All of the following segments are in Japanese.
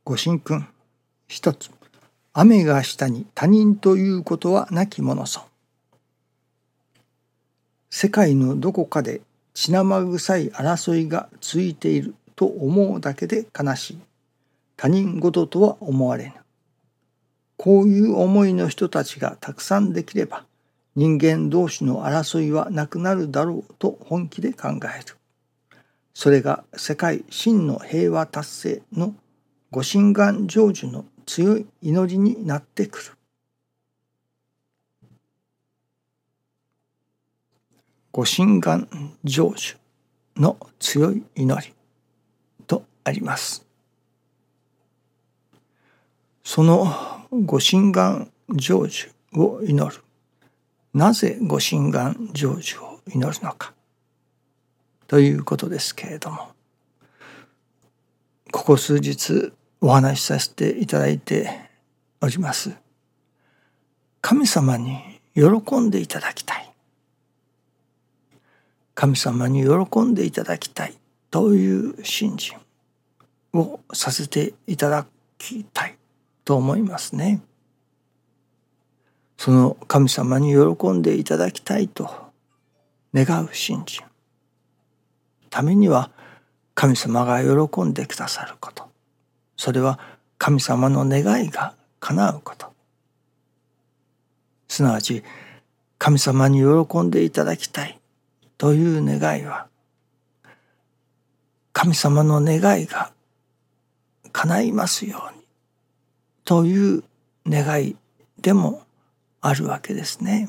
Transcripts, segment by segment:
ご神君。一つ、雨が下に他人ということはなきものぞ。世界のどこかで血生臭い争いが続いていると思うだけで悲しい。他人事とは思われぬ。こういう思いの人たちがたくさんできれば、人間同士の争いはなくなるだろうと本気で考える。それが世界真の平和達成のご神願成就の強い祈りになってくる。ご神願成就の強い祈りとあります。そのご神願成就を祈る。なぜご神願成就を祈るのかということですけれども、ここ数日お話しさせていただいております。神様に喜んでいただきたい。神様に喜んでいただきたいという信心をさせていただきたいと思いますね。その神様に喜んでいただきたいと願う信心。ためには神様が喜んでくださること。それは神様の願いが叶うこと。すなわち神様に喜んでいただきたいという願いは、神様の願いが叶いますようにという願いでもあるわけですね。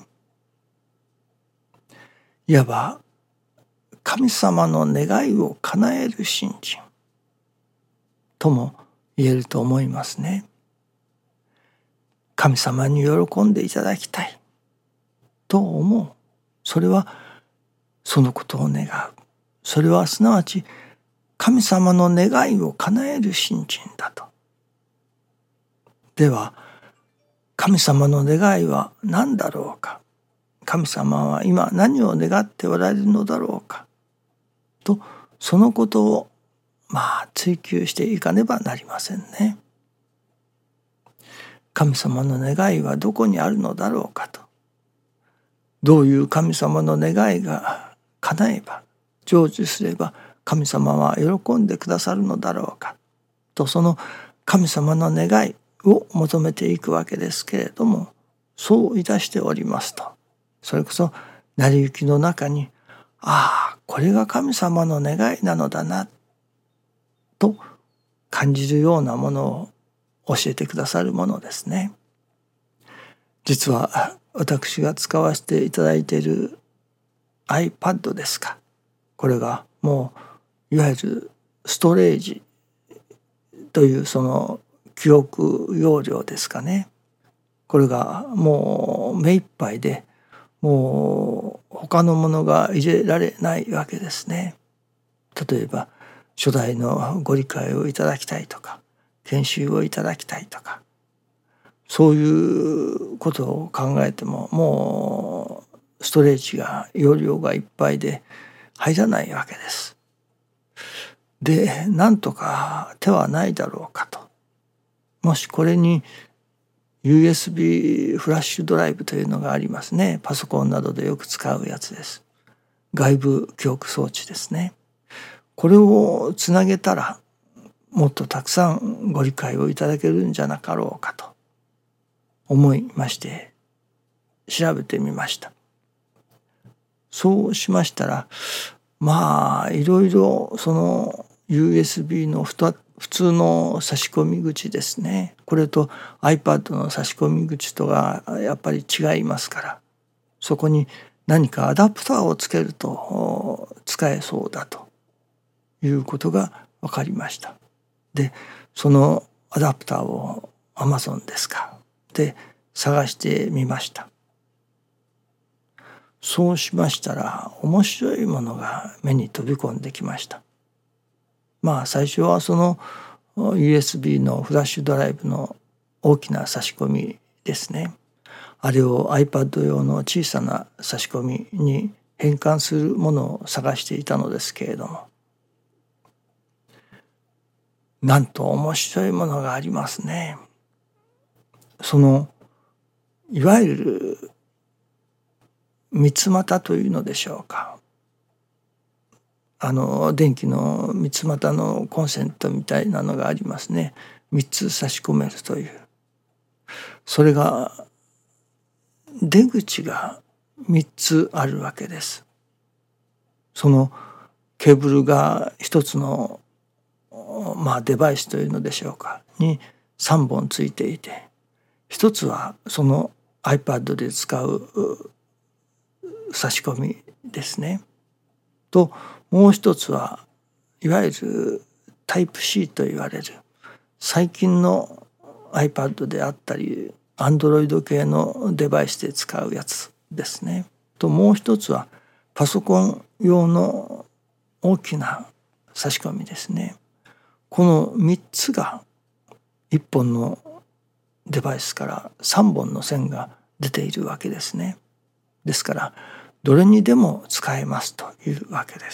いわば神様の願いを叶える信心とも言えると思いますね。神様に喜んでいただきたいと思う。それはそのことを願う。それはすなわち神様の願いを叶える信心だと。では神様の願いは何だろうか。神様は今何を願っておられるのだろうかと、そのことを追求していかねばなりませんね。神様の願いはどこにあるのだろうかと。どういう神様の願いが叶えば、成就すれば神様は喜んでくださるのだろうかと、その神様の願いを求めていくわけですけれども、そういたしておりますと、それこそ成り行きの中に、これが神様の願いなのだなと感じるようなものを教えてくださるものですね。実は私が使わせていただいている iPad ですか。これがもういわゆるストレージというその記憶容量ですかね。これがもう目いっぱいで、もう他のものが入れられないわけですね。例えば初代のご理解をいただきたいとか、研修をいただきたいとか、そういうことを考えてももうストレージが容量がいっぱいで入らないわけです。で、なんとか手はないだろうかと。もしこれに USB フラッシュドライブというのがありますね。パソコンなどでよく使うやつです。外部記憶装置ですね。これをつなげたらもっとたくさんご理解をいただけるんじゃなかろうかと思いまして調べてみました。そうしましたら、いろいろその USB の普通の差し込み口ですね。これと iPad の差し込み口とがやっぱり違いますから、そこに何かアダプターをつけると使えそうだということが分かりました。で、そのアダプターを Amazon ですかで探してみました。そうしましたら面白いものが目に飛び込んできました。最初はその USB のフラッシュドライブの大きな差し込みですね。あれを iPad 用の小さな差し込みに変換するものを探していたのですけれども、 なんと面白いものがありますね。そのいわゆる三つ股というのでしょうか。電気の三つ股のコンセントみたいなのがありますね。3つ差し込めるという。それが出口が3つあるわけです。そのケーブルが一つのデバイスというのでしょうかに3本ついていて、一つはその iPad で使う差し込みですね。ともう一つはいわゆるタイプ C と言われる最近の iPad であったり Android 系のデバイスで使うやつですね。ともう一つはパソコン用の大きな差し込みですね。この3つが1本のデバイスから3本の線が出ているわけですね。ですからどれにでも使えますというわけです。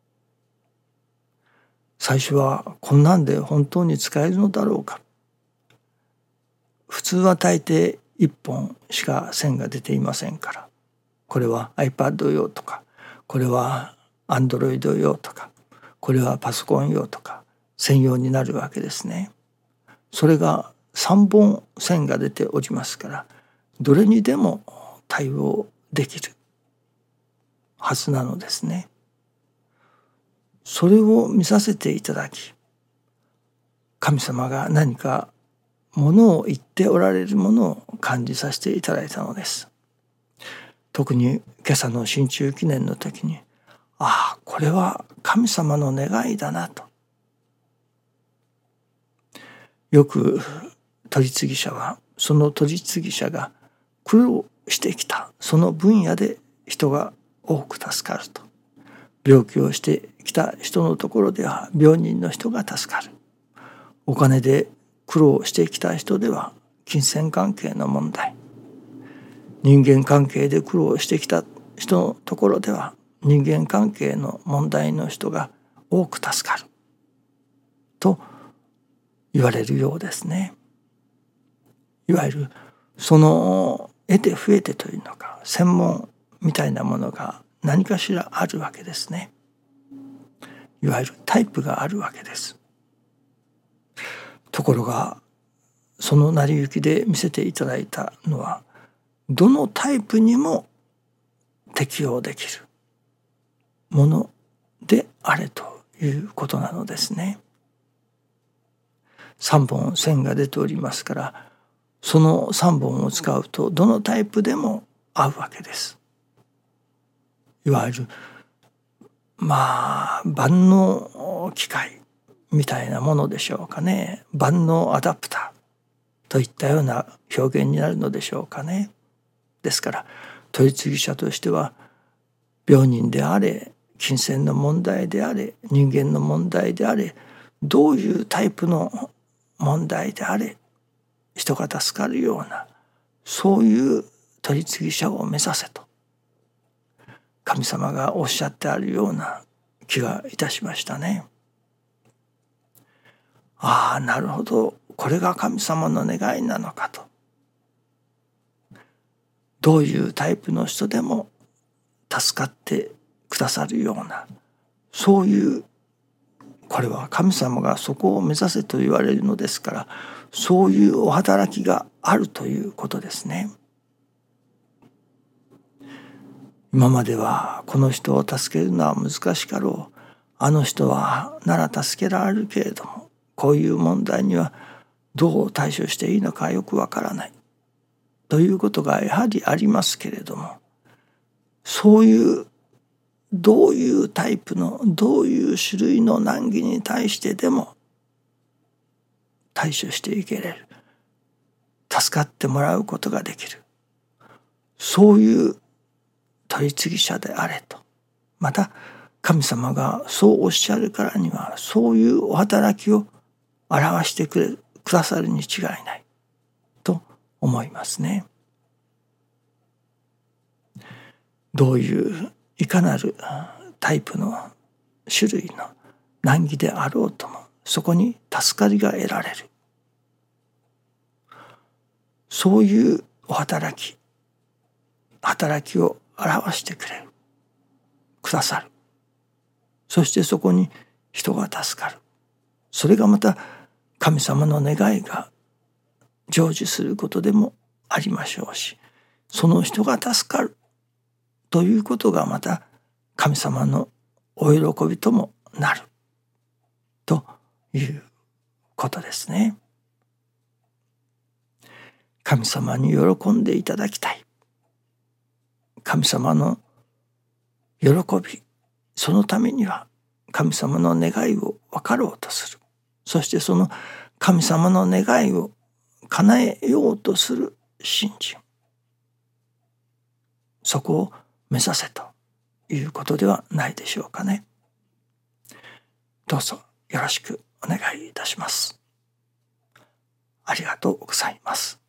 最初はこんなんで本当に使えるのだろうか。普通は大抵1本しか線が出ていませんから、これは iPad 用とか、これは Android 用とか、これはパソコン用とか専用になるわけですね。それが3本線が出ておりますから、どれにでも対応できるはずなのですね。それを見させていただき、神様が何かものを言っておられるものを感じさせていただいたのです。特に今朝の新中記念の時に、これは神様の願いだなと。よく取り次ぎ者はその取り次ぎ者が苦労してきたその分野で人が多く助かると。病気をしてきた人のところでは病人の人が助かる。お金で苦労してきた人では金銭関係の問題、人間関係で苦労してきた人のところでは人間関係の問題の人が多く助かると言われるようですね。いわゆるその得て増えてというのか専門みたいなものが何かしらあるわけですね。いわゆるタイプがあるわけです。ところがその成り行きで見せていただいたのはどのタイプにも適用できるものであれということなのですね。3本線が出ておりますから、その3本を使うとどのタイプでも合うわけです。いわゆる万能機械みたいなものでしょうかね。万能アダプターといったような表現になるのでしょうかね。ですから取り次ぎ者としては病人であれ金銭の問題であれ人間の問題であれどういうタイプの問題であれ人が助かるようなそういう取り次ぎ者を目指せと神様がおっしゃってあるような気がいたしましたね。なるほど、これが神様の願いなのかと。どういうタイプの人でも助かってくださるようなそういうこれは神様がそこを目指せと言われるのですからそういうお働きがあるということですね。今まではこの人を助けるのは難しかろう、あの人はなら助けられるけれどもこういう問題にはどう対処していいのかよくわからないということがやはりありますけれども、そういうどういうタイプのどういう種類の難儀に対してでも対処していけれる、助かってもらうことができる、そういう取り次ぎ者であれと。また神様がそうおっしゃるからにはそういうお働きを表してくださるに違いないと思いますね。どういういかなるタイプの種類の難儀であろうともそこに助かりが得られる、そういうお働きを表してくださる。そしてそこに人が助かる。それがまた神様の願いが成就することでもありましょうし、その人が助かるということがまた神様のお喜びともなるということですね。神様に喜んでいただきたい。神様の喜び、そのためには神様の願いを分かろうとする。そしてその神様の願いを叶えようとする信心。そこを目指せということではないでしょうかね。どうぞよろしくお願いいたします。ありがとうございます。